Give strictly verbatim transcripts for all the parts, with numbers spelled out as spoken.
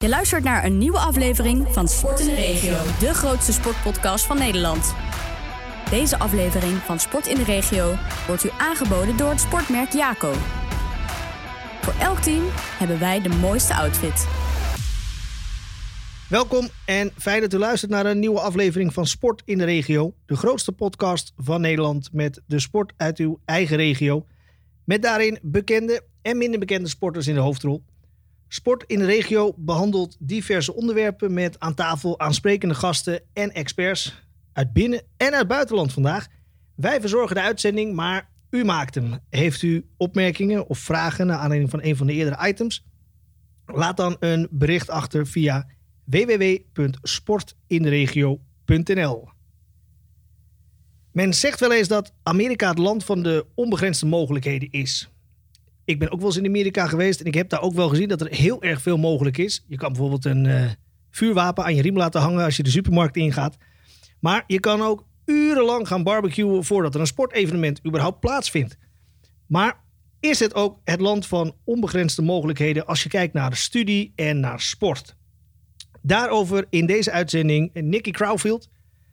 Je luistert naar een nieuwe aflevering van Sport in de Regio, de grootste sportpodcast van Nederland. Deze aflevering van Sport in de Regio wordt u aangeboden door het sportmerk Jaco. Voor elk team hebben wij de mooiste outfit. Welkom en fijn dat u luistert naar een nieuwe aflevering van Sport in de Regio. De grootste podcast van Nederland met de sport uit uw eigen regio. Met daarin bekende en minder bekende sporters in de hoofdrol. Sport in de Regio behandelt diverse onderwerpen met aan tafel aansprekende gasten en experts uit binnen- en uit buitenland vandaag. Wij verzorgen de uitzending, maar u maakt hem. Heeft u opmerkingen of vragen naar aanleiding van een van de eerdere items? Laat dan een bericht achter via w w w punt sport in de regio punt n l. Men zegt wel eens dat Amerika het land van de onbegrensde mogelijkheden is. Ik ben ook wel eens in Amerika geweest en ik heb daar ook wel gezien dat er heel erg veel mogelijk is. Je kan bijvoorbeeld een uh, vuurwapen aan je riem laten hangen als je de supermarkt ingaat. Maar je kan ook urenlang gaan barbecuen voordat er een sportevenement überhaupt plaatsvindt. Maar is het ook het land van onbegrensde mogelijkheden als je kijkt naar de studie en naar sport? Daarover in deze uitzending Nikki Crowfield.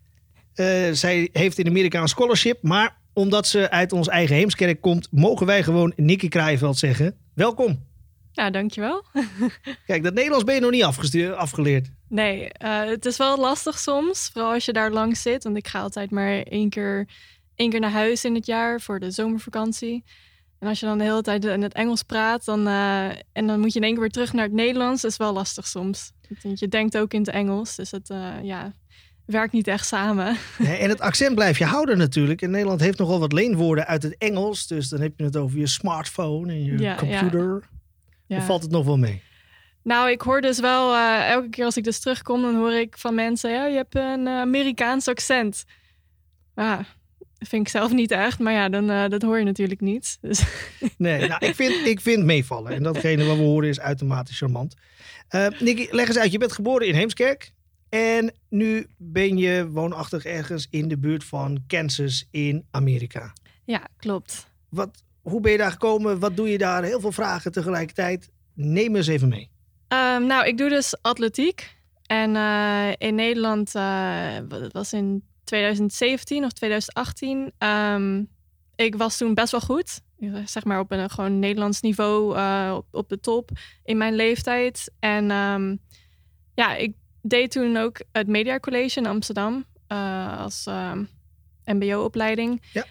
Uh, zij heeft in Amerika een scholarship, maar omdat ze uit ons eigen Heemskerk komt, mogen wij gewoon Nikki Crowfield zeggen. Welkom. Ja, dankjewel. Kijk, dat Nederlands ben je nog niet afgestuur, afgeleerd. Nee, uh, het is wel lastig soms, vooral als je daar lang zit. Want ik ga altijd maar één keer, één keer naar huis in het jaar voor de zomervakantie. En als je dan de hele tijd in het Engels praat, dan, uh, en dan moet je in één keer weer terug naar het Nederlands. Dat is wel lastig soms. Want je denkt ook in het Engels, dus het uh, ja, werkt niet echt samen. Nee, en het accent blijf je houden natuurlijk. En Nederland heeft nogal wat leenwoorden uit het Engels. Dus dan heb je het over je smartphone en je ja, computer. Ja. Of valt het nog wel mee? Nou, ik hoor dus wel, uh, elke keer als ik dus terugkom, dan hoor ik van mensen, ja, je hebt een uh, Amerikaans accent. Ja, dat vind ik zelf niet echt, maar ja, dan, uh, dat hoor je natuurlijk niet. Dus. Nee, nou, ik vind, ik vind meevallen. En datgene wat we horen is uitermate charmant. Uh, Nikki, leg eens uit. Je bent geboren in Heemskerk. En nu ben je woonachtig ergens in de buurt van Kansas in Amerika. Ja, klopt. Wat, hoe ben je daar gekomen? Wat doe je daar? Heel veel vragen tegelijkertijd. Neem me eens even mee. Um, nou, ik doe dus atletiek. En uh, in Nederland, uh, dat was in twintig zeventien of twintig achttien. Um, ik was toen best wel goed. Zeg maar op een gewoon Nederlands niveau, uh, op, op de top in mijn leeftijd. En um, ja, ik deed toen ook het Media College in Amsterdam uh, als uh, M B O-opleiding. Ja.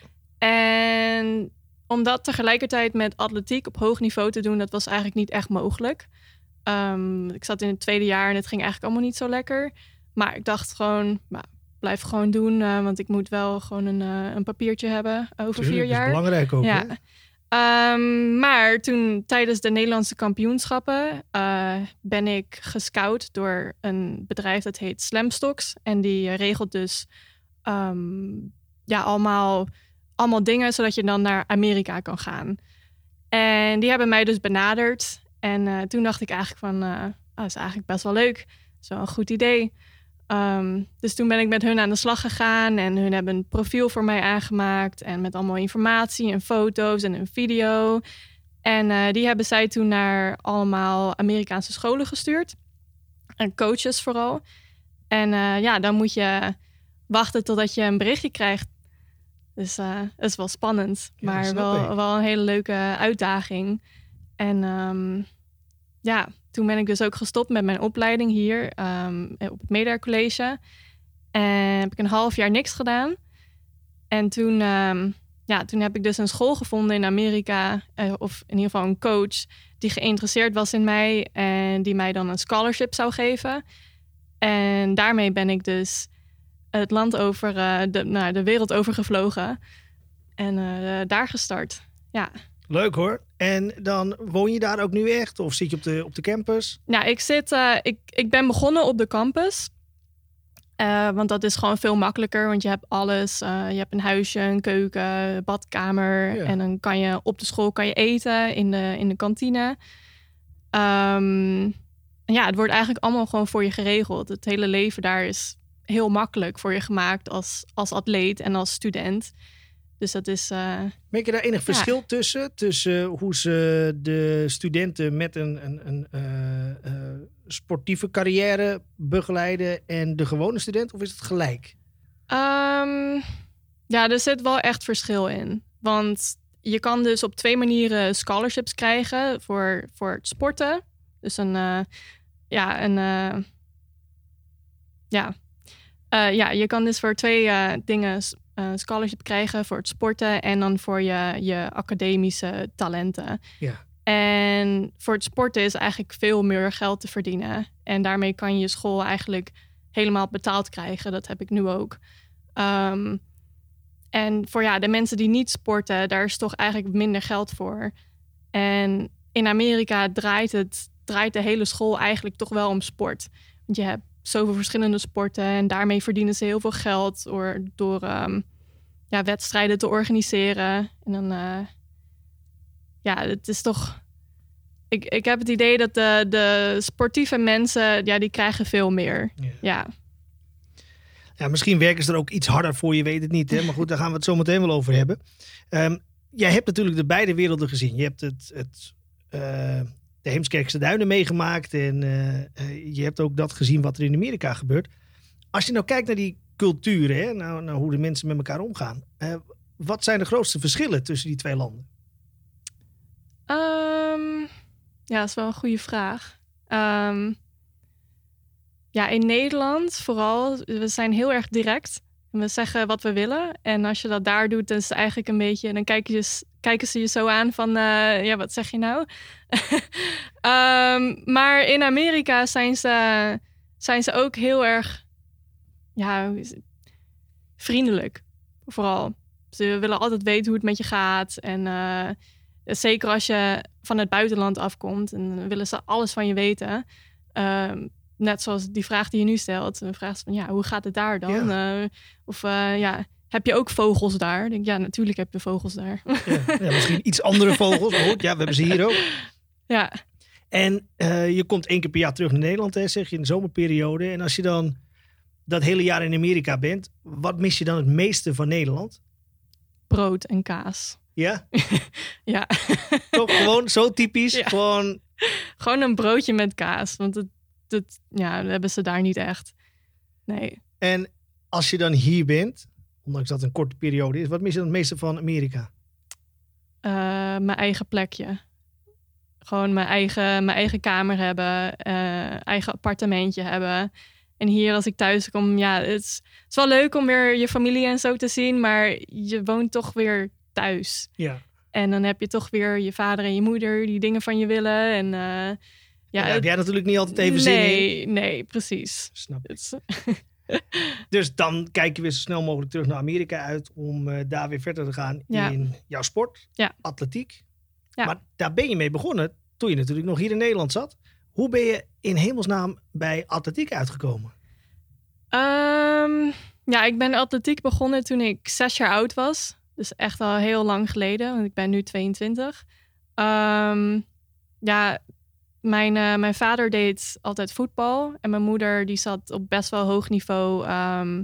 En om dat tegelijkertijd met atletiek op hoog niveau te doen, dat was eigenlijk niet echt mogelijk. Um, ik zat in het tweede jaar en het ging eigenlijk allemaal niet zo lekker. Maar ik dacht gewoon, nou, blijf gewoon doen, uh, want ik moet wel gewoon een, uh, een papiertje hebben over Tuurlijk, vier jaar. Dat is belangrijk ook. Ja. Um, maar toen tijdens de Nederlandse kampioenschappen uh, ben ik gescout door een bedrijf dat heet Slamstocks. En die uh, regelt dus um, ja, allemaal, allemaal dingen zodat je dan naar Amerika kan gaan. En die hebben mij dus benaderd. En uh, toen dacht ik eigenlijk van, uh, oh, dat is eigenlijk best wel leuk. Dat is wel een goed idee. Um, dus toen ben ik met hun aan de slag gegaan en hun hebben een profiel voor mij aangemaakt en met allemaal informatie en foto's en een video. En uh, die hebben zij toen naar allemaal Amerikaanse scholen gestuurd. En coaches vooral. En uh, ja, dan moet je wachten totdat je een berichtje krijgt. Dus uh, dat is wel spannend, Ja, maar wel, wel een hele leuke uitdaging. En um, ja, toen ben ik dus ook gestopt met mijn opleiding hier um, op het Media College. En heb ik een half jaar niks gedaan. En toen, um, ja, toen heb ik dus een school gevonden in Amerika, uh, of in ieder geval een coach die geïnteresseerd was in mij en die mij dan een scholarship zou geven. En daarmee ben ik dus het land over, uh, de, nou, de wereld over gevlogen en uh, daar gestart. Ja. Leuk hoor. En dan woon je daar ook nu echt? Of zit je op de, op de campus? Nou, ik, zit, uh, ik, ik ben begonnen op de campus. Uh, want dat is gewoon veel makkelijker. Want je hebt alles. Uh, je hebt een huisje, een keuken, badkamer. Ja. En dan kan je op de school kan je eten in de, in de kantine. Um, ja, het wordt eigenlijk allemaal gewoon voor je geregeld. Het hele leven daar is heel makkelijk voor je gemaakt als, als atleet en als student. Dus dat is... Uh, Merk je daar enig verschil ja. tussen? Tussen hoe ze de studenten met een, een, een uh, uh, sportieve carrière begeleiden en de gewone student? Of is het gelijk? Um, ja, er zit wel echt verschil in. Want je kan dus op twee manieren scholarships krijgen voor, voor het sporten. Dus een... Uh, ja, een... Uh, ja. Uh, ja, je kan dus voor twee uh, dingen... Uh, scholarship krijgen voor het sporten en dan voor je, je academische talenten. Ja. En voor het sporten is eigenlijk veel meer geld te verdienen. En daarmee kan je je school eigenlijk helemaal betaald krijgen. Dat heb ik nu ook. Um, en voor ja, de mensen die niet sporten, daar is toch eigenlijk minder geld voor. En in Amerika draait, het, draait de hele school eigenlijk toch wel om sport. Want je hebt zoveel verschillende sporten en daarmee verdienen ze heel veel geld door, door um, ja, wedstrijden te organiseren. En dan, uh, ja, het is toch... Ik, ik heb het idee dat de, de sportieve mensen, ja, die krijgen veel meer. Ja. ja. Ja, misschien werken ze er ook iets harder voor, je weet het niet. Hè? Maar goed, daar gaan we het zo meteen wel over hebben. Um, jij hebt natuurlijk de beide werelden gezien. Je hebt het... het uh... de Heemskerkse Duinen meegemaakt. En uh, uh, je hebt ook dat gezien wat er in Amerika gebeurt. Als je nou kijkt naar die culturen, hè, nou, nou hoe de mensen met elkaar omgaan. Uh, wat zijn de grootste verschillen tussen die twee landen? Um, ja, dat is wel een goede vraag. Um, ja, in Nederland vooral, we zijn heel erg direct. We zeggen wat we willen. En als je dat daar doet, dan is het eigenlijk een beetje... Dan kijk je, kijken ze je zo aan van... Uh, ja, wat zeg je nou? um, maar in Amerika zijn ze, zijn ze ook heel erg... Ja, vriendelijk. Vooral. Ze willen altijd weten hoe het met je gaat. En uh, zeker als je van het buitenland afkomt... en willen ze alles van je weten... Um, Net zoals die vraag die je nu stelt. Een vraag van, ja, hoe gaat het daar dan? Ja. Uh, of uh, ja, heb je ook vogels daar? Ik denk, ja, natuurlijk heb je vogels daar. Ja, ja, misschien iets andere vogels. Maar goed, ja, we hebben ze hier ook. Ja. En uh, je komt één keer per jaar terug naar Nederland, hè, zeg je, in de zomerperiode. En als je dan dat hele jaar in Amerika bent, wat mis je dan het meeste van Nederland? Brood en kaas. Ja? Ja. Toch gewoon zo typisch? Ja. Gewoon... gewoon een broodje met kaas. Want het Dat, ja, dat hebben ze daar niet echt. Nee. En als je dan hier bent, ondanks dat het een korte periode is, wat mis je dan het meeste van Amerika? Uh, mijn eigen plekje. Gewoon mijn eigen, mijn eigen kamer hebben, uh, eigen appartementje hebben. En hier als ik thuis kom, ja, het is, het is wel leuk om weer je familie en zo te zien, maar je woont toch weer thuis. Ja. En dan heb je toch weer je vader en je moeder die dingen van je willen en... Uh, Ja, daar heb jij natuurlijk niet altijd even zin nee, in. Nee, precies. Snap ik. Dus dan kijk je weer zo snel mogelijk terug naar Amerika uit... om uh, daar weer verder te gaan ja. in jouw sport, ja. atletiek. Ja. Maar daar ben je mee begonnen toen je natuurlijk nog hier in Nederland zat. Hoe ben je in hemelsnaam bij atletiek uitgekomen? Um, ja, ik ben atletiek begonnen toen ik zes jaar oud was. Dus echt al heel lang geleden, want ik ben nu tweeëntwintig. Um, ja... Mijn, uh, mijn vader deed altijd voetbal. En mijn moeder die zat op best wel hoog niveau um,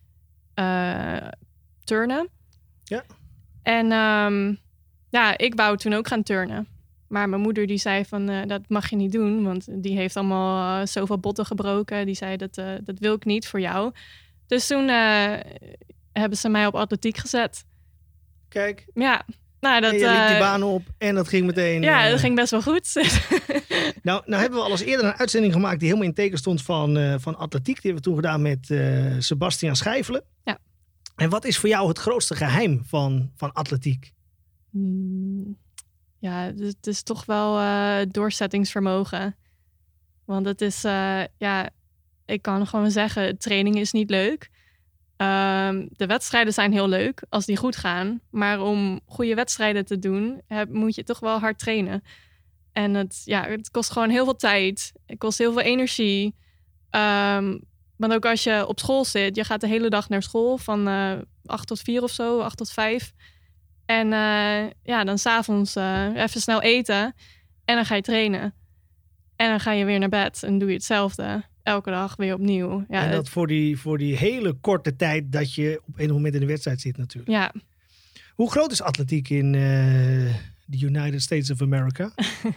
uh, turnen. Ja. En um, ja, ik wou toen ook gaan turnen. Maar mijn moeder die zei van, uh, dat mag je niet doen. Want die heeft allemaal uh, zoveel botten gebroken. Die zei, dat, uh, dat wil ik niet voor jou. Dus toen uh, hebben ze mij op atletiek gezet. Kijk. Ja. Nou, dat, en je liep die uh, baan op en dat ging meteen... Ja, uh... dat ging best wel goed. nou, nou hebben we al eens eerder een uitzending gemaakt... die helemaal in teken stond van, uh, van atletiek. Die hebben we toen gedaan met uh, Sebastian Schijfelen. Ja. En wat is voor jou het grootste geheim van, van atletiek? Hmm, ja, het is toch wel uh, doorzettingsvermogen. Want het is... Uh, ja, ik kan gewoon zeggen, training is niet leuk... Um, de wedstrijden zijn heel leuk als die goed gaan. Maar om goede wedstrijden te doen, heb, moet je toch wel hard trainen. En het, ja, het kost gewoon heel veel tijd. Het kost heel veel energie. Um, want ook als je op school zit, je gaat de hele dag naar school van uh, acht tot vier of zo, acht tot vijf. En uh, ja, dan 's avonds uh, even snel eten en dan ga je trainen. En dan ga je weer naar bed en doe je hetzelfde. Elke dag weer opnieuw. Ja, en dat het... voor die, voor die hele korte tijd dat je op een moment in de wedstrijd zit natuurlijk. Ja. Hoe groot is atletiek in uh, de United States of America?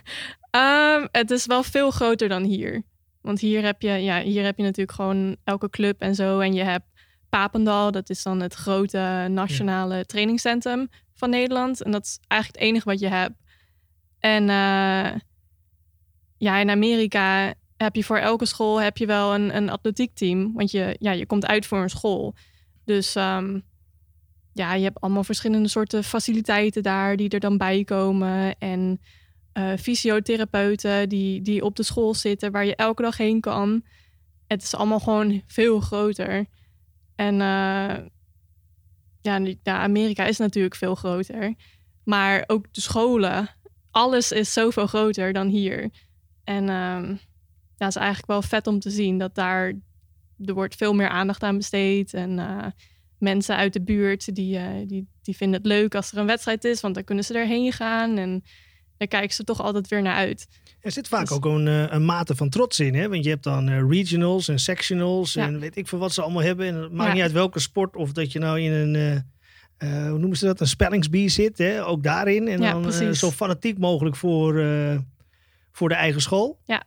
um, het is wel veel groter dan hier. Want hier heb je, ja, hier heb je natuurlijk gewoon elke club en zo. En je hebt Papendal, dat is dan het grote nationale ja. trainingscentrum van Nederland. En dat is eigenlijk het enige wat je hebt. En uh, ja, in Amerika heb je voor elke school heb je wel een, een atletiekteam. Want je, ja, je komt uit voor een school. Dus um, ja, je hebt allemaal verschillende soorten faciliteiten daar die er dan bij komen. En uh, fysiotherapeuten die, die op de school zitten waar je elke dag heen kan. Het is allemaal gewoon veel groter. En uh, ja, ja, Amerika is natuurlijk veel groter. Maar ook de scholen, alles is zoveel groter dan hier. En uh, ja, het is eigenlijk wel vet om te zien dat daar, er wordt veel meer aandacht aan besteed. En uh, mensen uit de buurt, die, uh, die, die vinden het leuk als er een wedstrijd is. Want dan kunnen ze erheen gaan en daar kijken ze toch altijd weer naar uit. Er zit vaak dus, ook een, een mate van trots in, hè? Want je hebt dan uh, regionals en sectionals ja. en weet ik veel wat ze allemaal hebben. En het maakt ja. niet uit welke sport of dat je nou in een, uh, uh, hoe noemen ze dat, een spellingsbee zit, hè? Ook daarin. En ja, dan uh, zo fanatiek mogelijk voor, uh, voor de eigen school. Ja.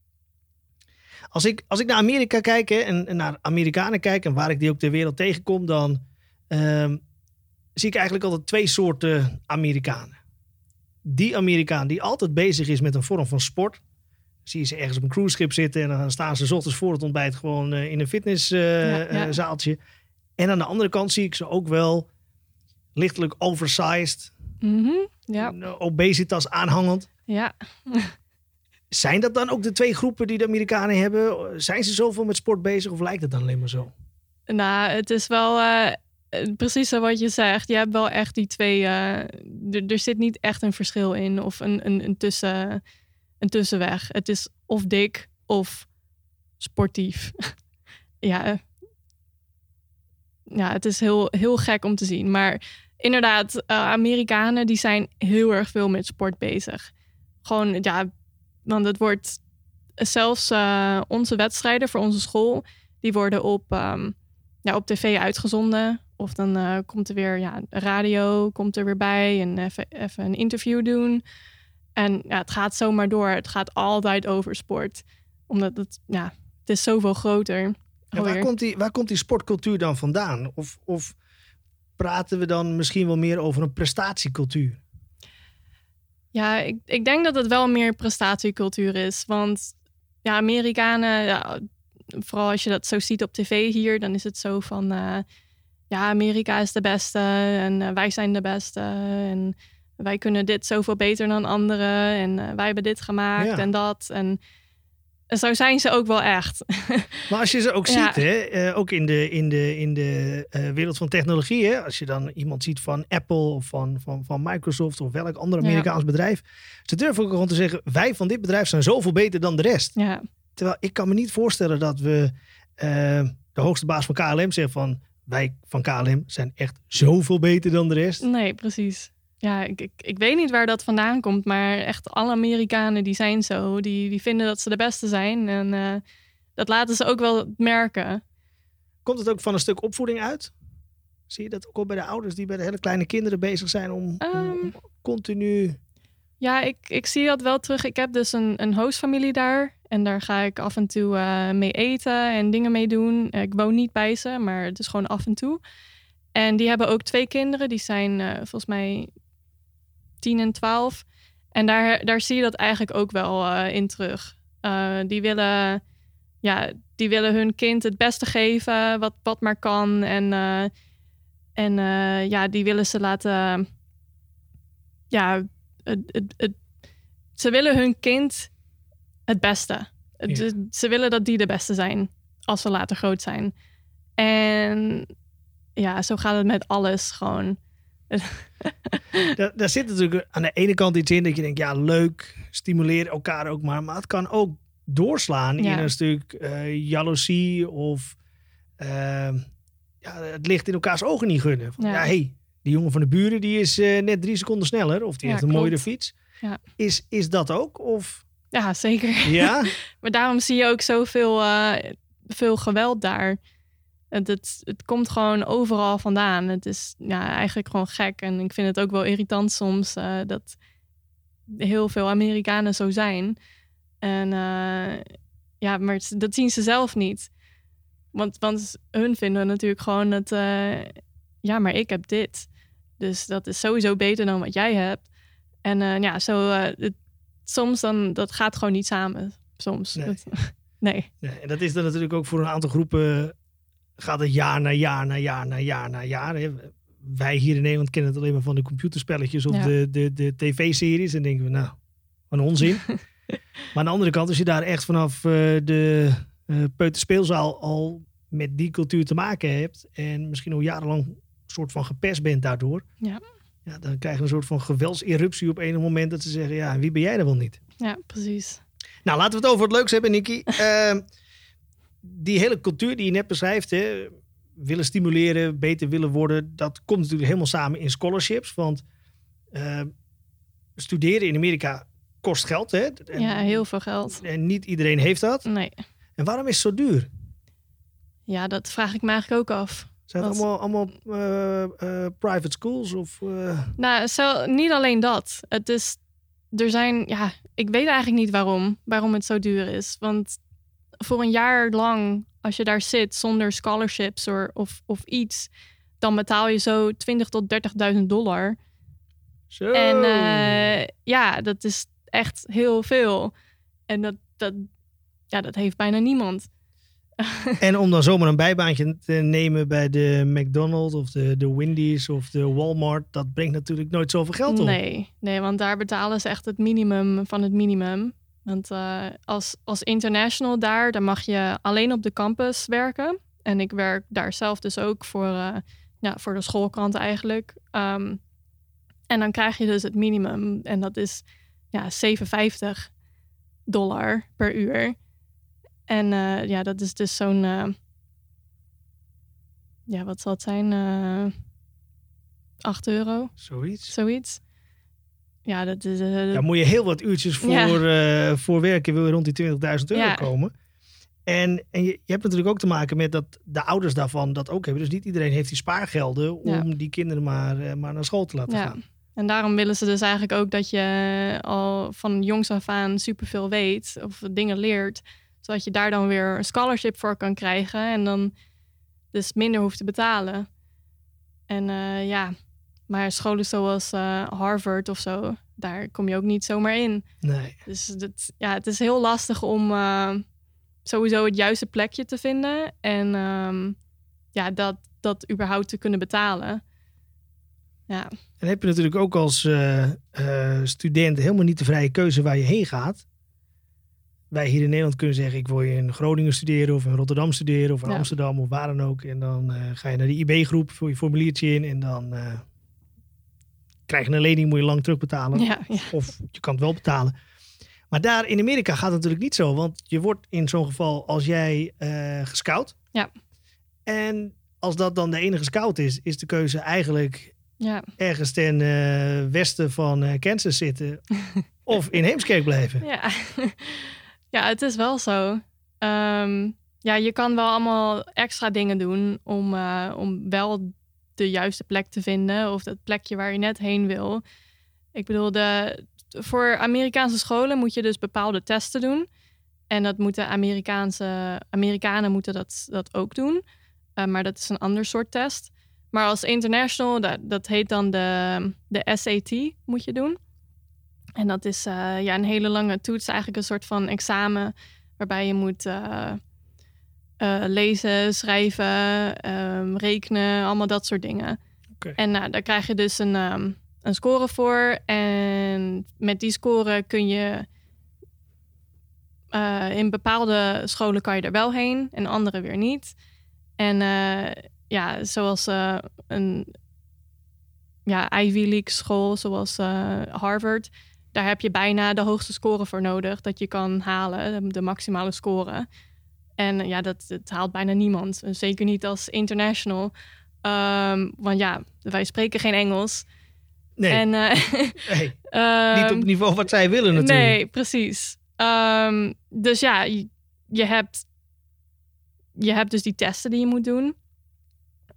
Als ik, als ik naar Amerika kijk hè, en, en naar Amerikanen kijk en waar ik die ook ter wereld tegenkom, dan uh, zie ik eigenlijk altijd twee soorten Amerikanen. Die Amerikaan die altijd bezig is met een vorm van sport. Zie je ze ergens op een cruiseschip zitten en dan staan ze 's ochtends voor het ontbijt gewoon uh, in een fitnesszaaltje. Uh, ja, ja. En aan de andere kant zie ik ze ook wel lichtelijk oversized. Mm-hmm, ja. Obesitas aanhangend. Ja. Zijn dat dan ook de twee groepen die de Amerikanen hebben? Zijn ze zoveel met sport bezig of lijkt het dan alleen maar zo? Nou, het is wel uh, precies zo wat je zegt. Je hebt wel echt die twee... Uh, d- er zit niet echt een verschil in of een, een, een, tussen, een tussenweg. Het is of dik of sportief. ja, uh, ja, het is heel, heel gek om te zien. Maar inderdaad, uh, Amerikanen die zijn heel erg veel met sport bezig. Gewoon, ja... Want het wordt zelfs uh, onze wedstrijden voor onze school, die worden op, um, ja, op tv uitgezonden. Of dan uh, komt er weer ja, radio, komt er weer bij en even, even een interview doen. En ja, het gaat zomaar door. Het gaat altijd over sport. Omdat het, ja, het is zoveel groter. Ja, waar, komt die, waar komt die sportcultuur dan vandaan? Of, of praten we dan misschien wel meer over een prestatiecultuur? Ja, ik, ik denk dat het wel meer prestatiecultuur is. Want ja, Amerikanen, ja, vooral als je dat zo ziet op tv hier, dan is het zo van, uh, ja, Amerika is de beste en uh, wij zijn de beste. En wij kunnen dit zoveel beter dan anderen. En uh, wij hebben dit gemaakt ja. en dat. En zo zijn ze ook wel echt. Maar als je ze ook ja. ziet, hè, uh, ook in de, in de, in de uh, wereld van technologie, hè, als je dan iemand ziet van Apple of van, van, van Microsoft of welk ander Amerikaans ja. bedrijf, ze durven ook gewoon te zeggen, wij van dit bedrijf zijn zoveel beter dan de rest. Ja. Terwijl ik kan me niet voorstellen dat we uh, de hoogste baas van K L M zeggen van, wij van K L M zijn echt zoveel beter dan de rest. Nee, precies. Ja, ik, ik, ik weet niet waar dat vandaan komt, maar echt alle Amerikanen die zijn zo. Die, die vinden dat ze de beste zijn en uh, dat laten ze ook wel merken. Komt het ook van een stuk opvoeding uit? Zie je dat ook al bij de ouders die bij de hele kleine kinderen bezig zijn om, um, om continu... Ja, ik, ik zie dat wel terug. Ik heb dus een, een hostfamilie daar en daar ga ik af en toe uh, mee eten en dingen mee doen. Ik woon niet bij ze, maar het is gewoon af en toe. En die hebben ook twee kinderen, die zijn uh, volgens mij tien en twaalf. En daar, daar zie je dat eigenlijk ook wel uh, in terug. Uh, die, willen, ja, die willen hun kind het beste geven, wat, wat maar kan. En, uh, en uh, ja, die willen ze laten... Ja, het, het, het, ze willen hun kind het beste. Ja. Ze, ze willen dat die de beste zijn als ze later groot zijn. En ja, zo gaat het met alles gewoon... daar, daar zit natuurlijk aan de ene kant iets in dat je denkt, ja, leuk, stimuleer elkaar ook maar. Maar het kan ook doorslaan ja. in een stuk uh, jaloezie of uh, ja, het licht in elkaars ogen niet gunnen. Van, ja, ja hey, die jongen van de buren die is uh, net drie seconden sneller of die ja, heeft een klopt. mooiere fiets. Ja. Is, is dat ook? Of? Ja, zeker. Ja? Maar daarom zie je ook zoveel uh, veel geweld daar. Het, het, het komt gewoon overal vandaan. Het is ja, eigenlijk gewoon gek. En ik vind het ook wel irritant soms uh, dat heel veel Amerikanen zo zijn. En uh, ja, maar het, dat zien ze zelf niet. Want, want hun vinden natuurlijk gewoon dat... Uh, ja, maar ik heb dit. Dus dat is sowieso beter dan wat jij hebt. En uh, ja, zo... Uh, het, soms dan... Dat gaat gewoon niet samen. Soms. Nee. Dat, nee. nee. En dat is dan natuurlijk ook voor een aantal groepen... Gaat het jaar na jaar na jaar na jaar na jaar. Hè. Wij hier in Nederland kennen het alleen maar van de computerspelletjes... of ja. de, de, de tv-series. En denken we, nou, wat een onzin. Maar aan de andere kant, als je daar echt vanaf uh, de uh, peuterspeelzaal... al met die cultuur te maken hebt... en misschien al jarenlang een soort van gepest bent daardoor... Ja. Ja, dan krijg je een soort van geweldseruptie op enig moment... dat ze zeggen, ja, wie ben jij er wel niet? Ja, precies. Nou, laten we het over wat leuks hebben, Nikki. Uh, die hele cultuur die je net beschrijft... Hè, willen stimuleren, beter willen worden... dat komt natuurlijk helemaal samen in scholarships. Want uh, studeren in Amerika kost geld. Hè? En, ja, heel veel geld. En niet iedereen heeft dat. Nee. En waarom is het zo duur? Ja, dat vraag ik me eigenlijk ook af. Zijn het allemaal, allemaal uh, uh, private schools? Of, uh... Nou, zo, niet alleen dat. Het is, er zijn, ja, ik weet eigenlijk niet waarom, waarom het zo duur is. Want voor een jaar lang, als je daar zit zonder scholarships of, of, of iets, dan betaal je zo twintig tot dertigduizend dollar. Zo. En uh, ja, dat is echt heel veel. En dat, dat, ja, dat heeft bijna niemand. En om dan zomaar een bijbaantje te nemen bij de McDonald's of de, de Wendy's of de Walmart, dat brengt natuurlijk nooit zoveel geld op. Nee, nee, want daar betalen ze echt het minimum van het minimum. Want uh, als, als international daar, dan mag je alleen op de campus werken. En ik werk daar zelf dus ook voor, uh, ja, voor de schoolkrant eigenlijk. Um, en dan krijg je dus het minimum. En dat is ja, zevenenvijftig dollar per uur. En uh, ja, dat is dus zo'n... Uh, ja, wat zal het zijn? Uh, acht euro. Zoiets. Zoiets. Ja, dat is... Uh, Daar moet je heel wat uurtjes voor, ja. uh, voor werken. Wil je rond die twintigduizend euro ja. komen. En, en je, je hebt natuurlijk ook te maken met dat de ouders daarvan dat ook hebben. Dus niet iedereen heeft die spaargelden om ja. die kinderen maar, uh, maar naar school te laten ja. gaan. En daarom willen ze dus eigenlijk ook dat je al van jongs af aan superveel weet. Of dingen leert. Zodat je daar dan weer een scholarship voor kan krijgen. En dan dus minder hoeft te betalen. En uh, ja, maar scholen zoals uh, Harvard of zo, daar kom je ook niet zomaar in. Nee. Dus dat, ja, het is heel lastig om uh, sowieso het juiste plekje te vinden. En um, ja, dat, dat überhaupt te kunnen betalen. Ja. En heb je natuurlijk ook als uh, uh, student helemaal niet de vrije keuze waar je heen gaat. Wij hier in Nederland kunnen zeggen, ik wil je in Groningen studeren of in Rotterdam studeren of in ja. Amsterdam of waar dan ook. En dan uh, ga je naar de I B-groep, vul je formuliertje in en dan uh, krijg je een lening, moet je lang terugbetalen. Ja, ja. Of je kan het wel betalen. Maar daar in Amerika gaat het natuurlijk niet zo, want je wordt in zo'n geval als jij uh, gescout. Ja. En als dat dan de enige scout is, is de keuze eigenlijk ja. ergens ten uh, westen van uh, Kansas zitten of in Heemskerk blijven. Ja. Ja, het is wel zo. Um, ja, je kan wel allemaal extra dingen doen om, uh, om wel de juiste plek te vinden. Of dat plekje waar je net heen wil. Ik bedoel, de, voor Amerikaanse scholen moet je dus bepaalde testen doen. En dat moeten Amerikaanse Amerikanen moeten dat, dat ook doen. Uh, maar dat is een ander soort test. Maar als international, dat, dat heet dan de, de S A T moet je doen. En dat is uh, ja, een hele lange toets, eigenlijk een soort van examen waarbij je moet uh, uh, lezen, schrijven, um, rekenen, allemaal dat soort dingen. Okay. En uh, daar krijg je dus een, um, een score voor. En met die score kun je uh, in bepaalde scholen kan je er wel heen en andere weer niet. En uh, ja, zoals uh, een ja, Ivy League school, zoals uh, Harvard. Daar heb je bijna de hoogste score voor nodig dat je kan halen, de maximale score. En ja, dat, dat haalt bijna niemand. Zeker niet als international. Um, want ja, wij spreken geen Engels. Nee, en, uh, hey, um, niet op het niveau wat zij willen natuurlijk. Nee, precies. Um, dus ja, je, je, hebt, je hebt dus die testen die je moet doen.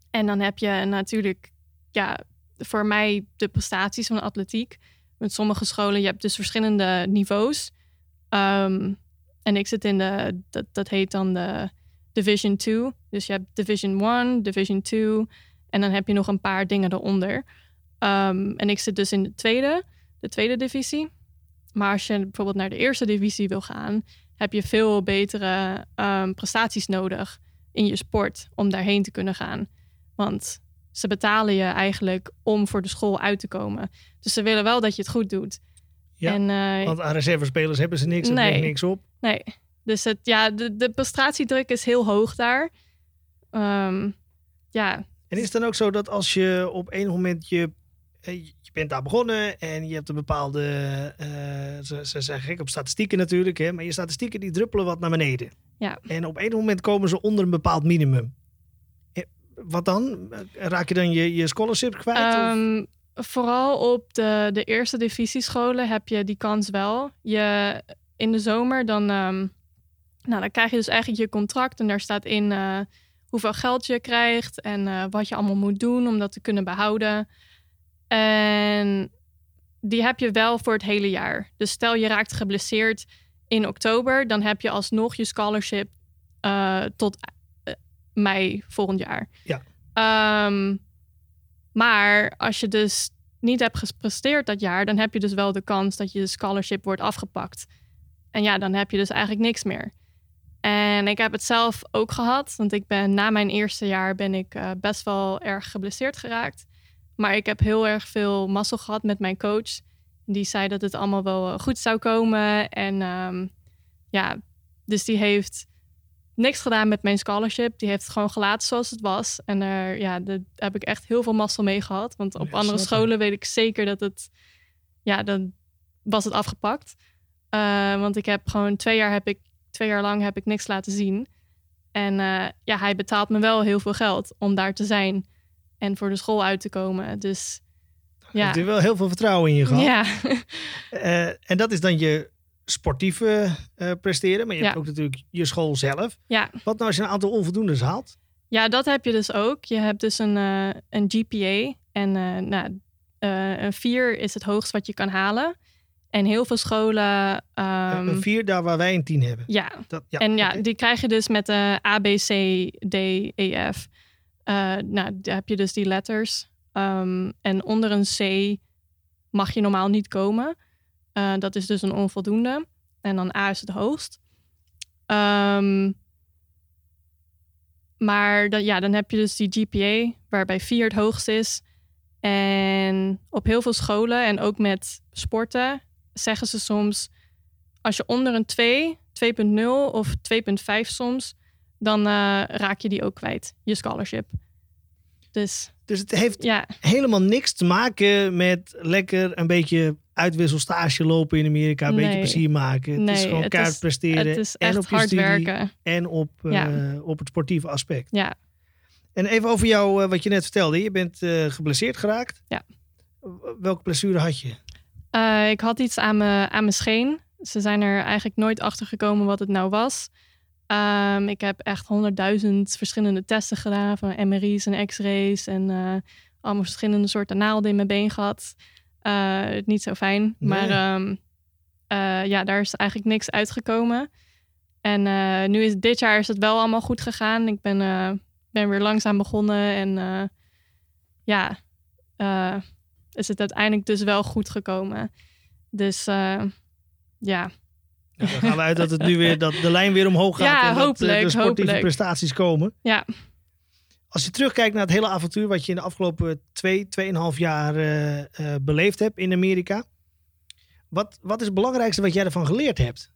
En dan heb je natuurlijk, ja, voor mij de prestaties van de atletiek. Met sommige scholen, je hebt dus verschillende niveaus. Um, en ik zit in de, dat, dat heet dan de Division twee. Dus je hebt Division one, Division two. En dan heb je nog een paar dingen eronder. Um, en ik zit dus in de tweede, de tweede divisie. Maar als je bijvoorbeeld naar de eerste divisie wil gaan, heb je veel betere um, prestaties nodig in je sport om daarheen te kunnen gaan. Want ze betalen je eigenlijk om voor de school uit te komen. Dus ze willen wel dat je het goed doet. Ja, en, uh, want aan reservespelers hebben ze niks en nee, brengt niks op. Nee, dus het, ja, de, de prestatiedruk is heel hoog daar. Um, ja. En is het dan ook zo dat als je op een moment je... Je bent daar begonnen en je hebt een bepaalde... Uh, ze, ze zijn gek op statistieken natuurlijk, hè, maar je statistieken die druppelen wat naar beneden. Ja. En op een moment komen ze onder een bepaald minimum. Wat dan? Raak je dan je, je scholarship kwijt? Um, of? Vooral op de, de eerste divisiescholen heb je die kans wel. Je, in de zomer dan, um, nou, dan krijg je dus eigenlijk je contract. En daar staat in uh, hoeveel geld je krijgt. En uh, wat je allemaal moet doen om dat te kunnen behouden. En die heb je wel voor het hele jaar. Dus stel je raakt geblesseerd in oktober. Dan heb je alsnog je scholarship uh, tot mei volgend jaar. Ja. Um, maar als je dus niet hebt gepresteerd dat jaar, dan heb je dus wel de kans dat je scholarship wordt afgepakt. En ja, dan heb je dus eigenlijk niks meer. En ik heb het zelf ook gehad, want ik ben na mijn eerste jaar ben ik uh, best wel erg geblesseerd geraakt. Maar ik heb heel erg veel mazzel gehad met mijn coach. Die zei dat het allemaal wel uh, goed zou komen. En um, ja, dus die heeft niks gedaan met mijn scholarship. Die heeft het gewoon gelaten zoals het was. En uh, ja, daar heb ik echt heel veel mazzel mee gehad. Want op ja, andere scholen weet ik zeker dat het... Ja, dan was het afgepakt. Uh, want ik heb gewoon twee jaar, heb ik, twee jaar lang heb ik niks laten zien. En uh, ja, hij betaalt me wel heel veel geld om daar te zijn. En voor de school uit te komen. Dus ja. Heb je wel heel veel vertrouwen in je gehad. Ja. uh, en dat is dan je sportieve uh, presteren. Maar je ja. hebt ook natuurlijk je school zelf. Ja. Wat nou als je een aantal onvoldoendes haalt? Ja, dat heb je dus ook. Je hebt dus een, uh, een G P A. En uh, nou, uh, een vier is het hoogst wat je kan halen. En heel veel scholen... Um, een vier daar waar wij een tien hebben. Ja. Dat, ja en ja, okay. die krijg je dus met de A, B, C, D, E, F. Uh, nou, daar heb je dus die letters. Um, en onder een C mag je normaal niet komen. Uh, dat is dus een onvoldoende. En dan A is het hoogst. Um, maar dan, ja, dan heb je dus die G P A, waarbij vier het hoogst is. En op heel veel scholen en ook met sporten zeggen ze soms... als je onder een twee, twee punt nul of twee punt vijf soms... dan uh, raak je die ook kwijt, je scholarship. Dus, dus het heeft ja. helemaal niks te maken met lekker een beetje uitwisselstage lopen in Amerika. Een nee. beetje plezier maken. Het nee, is gewoon keihard presteren. Het is en echt op je hard studie, werken. En op, ja. uh, op het sportieve aspect. Ja. En even over jou, uh, wat je net vertelde. Je bent uh, geblesseerd geraakt. Ja. Welke blessure had je? Uh, ik had iets aan mijn aan mijn scheen. Ze zijn er eigenlijk nooit achter gekomen wat het nou was. Um, ik heb echt honderdduizend verschillende testen gedaan. Van M R I's en X-rays. En uh, allemaal verschillende soorten naalden in mijn been gehad. Uh, niet zo fijn. Nee. Maar um, uh, ja, daar is eigenlijk niks uitgekomen. En uh, nu is dit jaar is het wel allemaal goed gegaan. Ik ben, uh, ben weer langzaam begonnen. En uh, ja, uh, is het uiteindelijk dus wel goed gekomen. Dus uh, ja... Nou, dan gaan we uit dat het nu weer dat de lijn weer omhoog gaat ja, en dat hopelijk, de sportieve hopelijk. prestaties komen. Ja. Als je terugkijkt naar het hele avontuur wat je in de afgelopen twee, tweeënhalf jaar uh, uh, beleefd hebt in Amerika. Wat, wat is het belangrijkste wat jij ervan geleerd hebt?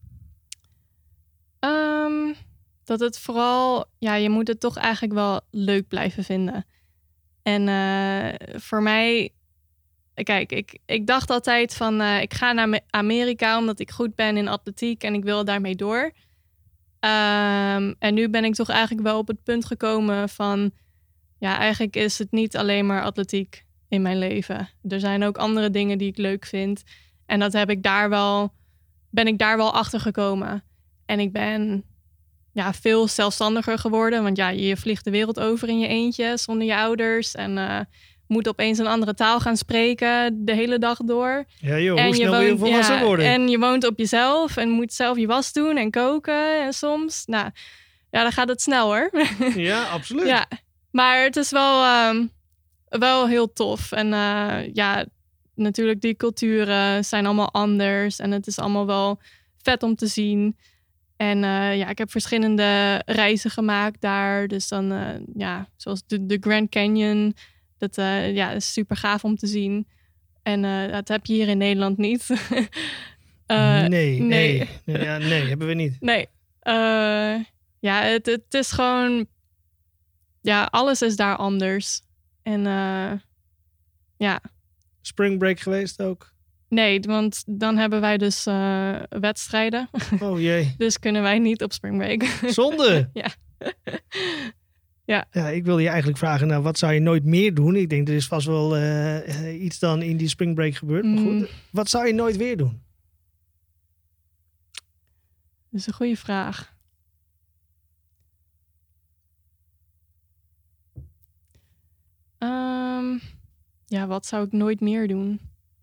Um, dat het vooral, ja, je moet het toch eigenlijk wel leuk blijven vinden. En uh, voor mij... Kijk, ik, ik dacht altijd van uh, ik ga naar Amerika omdat ik goed ben in atletiek en ik wil daarmee door. Um, en nu ben ik toch eigenlijk wel op het punt gekomen van... ja, eigenlijk is het niet alleen maar atletiek in mijn leven. Er zijn ook andere dingen die ik leuk vind. En dat heb ik daar wel, ben ik daar wel achter gekomen. En ik ben ja, veel zelfstandiger geworden. Want ja, je vliegt de wereld over in je eentje zonder je ouders. En uh, moet opeens een andere taal gaan spreken de hele dag door. Ja joh, en hoe snel wil je volwassen ja, worden? En je woont op jezelf en moet zelf je was doen en koken. En soms, nou, ja, dan gaat het snel hoor. Ja, absoluut. Ja, maar het is wel, um, wel heel tof. En uh, ja, natuurlijk die culturen zijn allemaal anders. En het is allemaal wel vet om te zien. En uh, ja, ik heb verschillende reizen gemaakt daar. Dus dan, uh, ja, zoals de, de Grand Canyon. Dat uh, ja, is super gaaf om te zien. En uh, dat heb je hier in Nederland niet. uh, nee, nee. Nee. Nee, ja, nee, hebben we niet. Nee. Uh, ja, het, het is gewoon... Ja, alles is daar anders. En uh, ja. Spring break geweest ook? Nee, want dan hebben wij dus uh, wedstrijden. Oh jee. Dus kunnen wij niet op spring break. Zonde. Ja. Ja. Ja, ik wilde je eigenlijk vragen, nou, wat zou je nooit meer doen? Ik denk, er is vast wel uh, iets dan in die spring break gebeurd. Maar goed, mm. Wat zou je nooit weer doen? Dat is een goede vraag. Um, ja, wat zou ik nooit meer doen?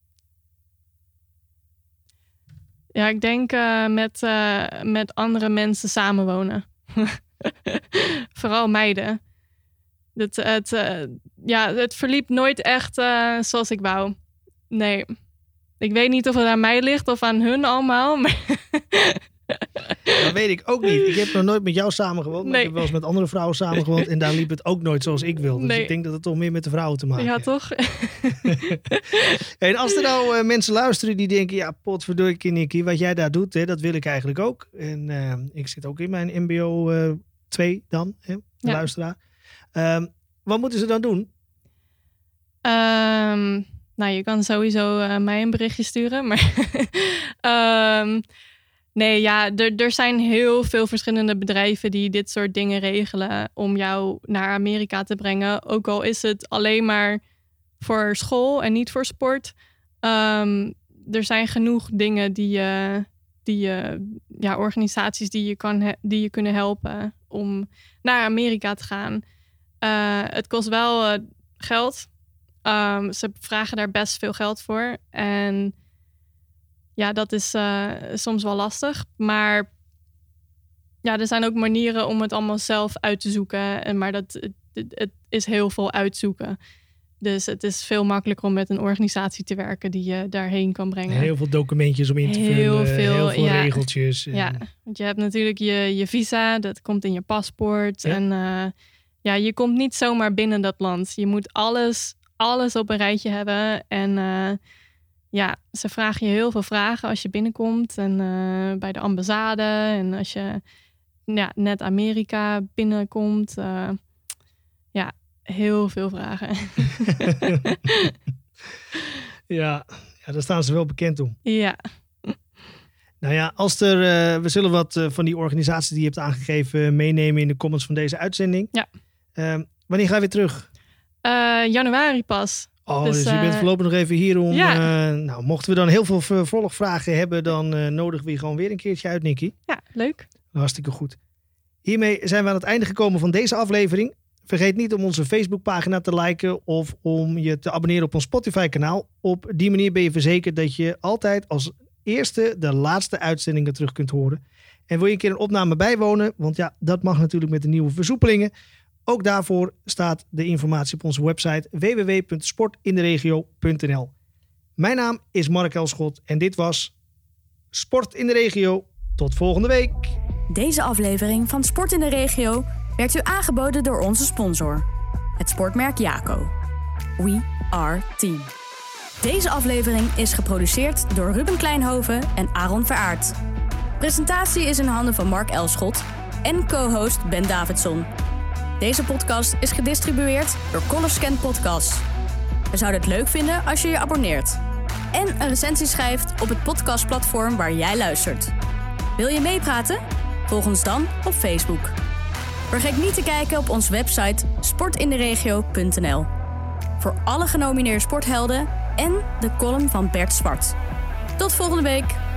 Ja, ik denk uh, met, uh, met andere mensen samenwonen. Vooral meiden. Het, het, uh, ja, het verliep nooit echt uh, zoals ik wou. Nee. Ik weet niet of het aan mij ligt of aan hun allemaal. Maar dat weet ik ook niet. Ik heb nog nooit met jou samengewoond. Maar nee. Ik heb wel eens met andere vrouwen samengewoond. En daar liep het ook nooit zoals ik wilde. Dus nee. Ik denk dat het toch meer met de vrouwen te maken ja, heeft. Ja, toch? En als er nou uh, mensen luisteren die denken... Ja, potverdurkie Nicky, wat jij daar doet, hè, dat wil ik eigenlijk ook. En uh, ik zit ook in mijn M B O twee uh, dan, hè, de ja. luisteraar. Um, wat moeten ze dan doen? Um, nou, je kan sowieso uh, mij een berichtje sturen. Maar um, nee, ja, er, er zijn heel veel verschillende bedrijven die dit soort dingen regelen om jou naar Amerika te brengen. Ook al is het alleen maar voor school en niet voor sport. Um, er zijn genoeg dingen die je, die je, ja, organisaties die je, kan he- die je kunnen helpen om naar Amerika te gaan. Uh, het kost wel uh, geld. Um, ze vragen daar best veel geld voor. En ja, dat is uh, soms wel lastig. Maar ja, er zijn ook manieren om het allemaal zelf uit te zoeken. En, maar dat, het, het is heel veel uitzoeken. Dus het is veel makkelijker om met een organisatie te werken die je daarheen kan brengen. Heel veel documentjes om in te heel vullen. Veel, heel veel ja, regeltjes. En... Ja, want je hebt natuurlijk je, je visa. Dat komt in je paspoort. Ja. En uh, ja, je komt niet zomaar binnen dat land. Je moet alles, alles op een rijtje hebben. En uh, ja, ze vragen je heel veel vragen als je binnenkomt. En uh, bij de ambassade. En als je ja, net Amerika binnenkomt. Uh, ja, heel veel vragen. ja, ja, daar staan ze wel bekend om. Ja. Nou ja, als er, uh, we zullen wat uh, van die organisaties die je hebt aangegeven uh, meenemen in de comments van deze uitzending. Ja. Uh, wanneer ga je weer terug? Uh, januari pas. Oh, dus, dus je bent uh, voorlopig nog even hier om... Ja. Uh, nou, mochten we dan heel veel vervolgvragen hebben, dan uh, nodigen we je gewoon weer een keertje uit, Nicky. Ja, leuk. Hartstikke goed. Hiermee zijn we aan het einde gekomen van deze aflevering. Vergeet niet om onze Facebookpagina te liken of om je te abonneren op ons Spotify-kanaal. Op die manier ben je verzekerd dat je altijd als eerste de laatste uitzendingen terug kunt horen. En wil je een keer een opname bijwonen, want ja, dat mag natuurlijk met de nieuwe versoepelingen. Ook daarvoor staat de informatie op onze website w w w punt sport in de regio punt n l. Mijn naam is Mark Elschot en dit was Sport in de Regio. Tot volgende week. Deze aflevering van Sport in de Regio werd u aangeboden door onze sponsor, het sportmerk Jaco. We are team. Deze aflevering is geproduceerd door Ruben Kleinhoven en Aaron Veraert. Presentatie is in handen van Mark Elschot en co-host Ben Davidson. Deze podcast is gedistribueerd door Colorscan Podcast. We zouden het leuk vinden als je je abonneert en een recensie schrijft op het podcastplatform waar jij luistert. Wil je meepraten? Volg ons dan op Facebook. Vergeet niet te kijken op onze website sport in de regio punt n l. Voor alle genomineerde sporthelden en de column van Bert Zwart. Tot volgende week!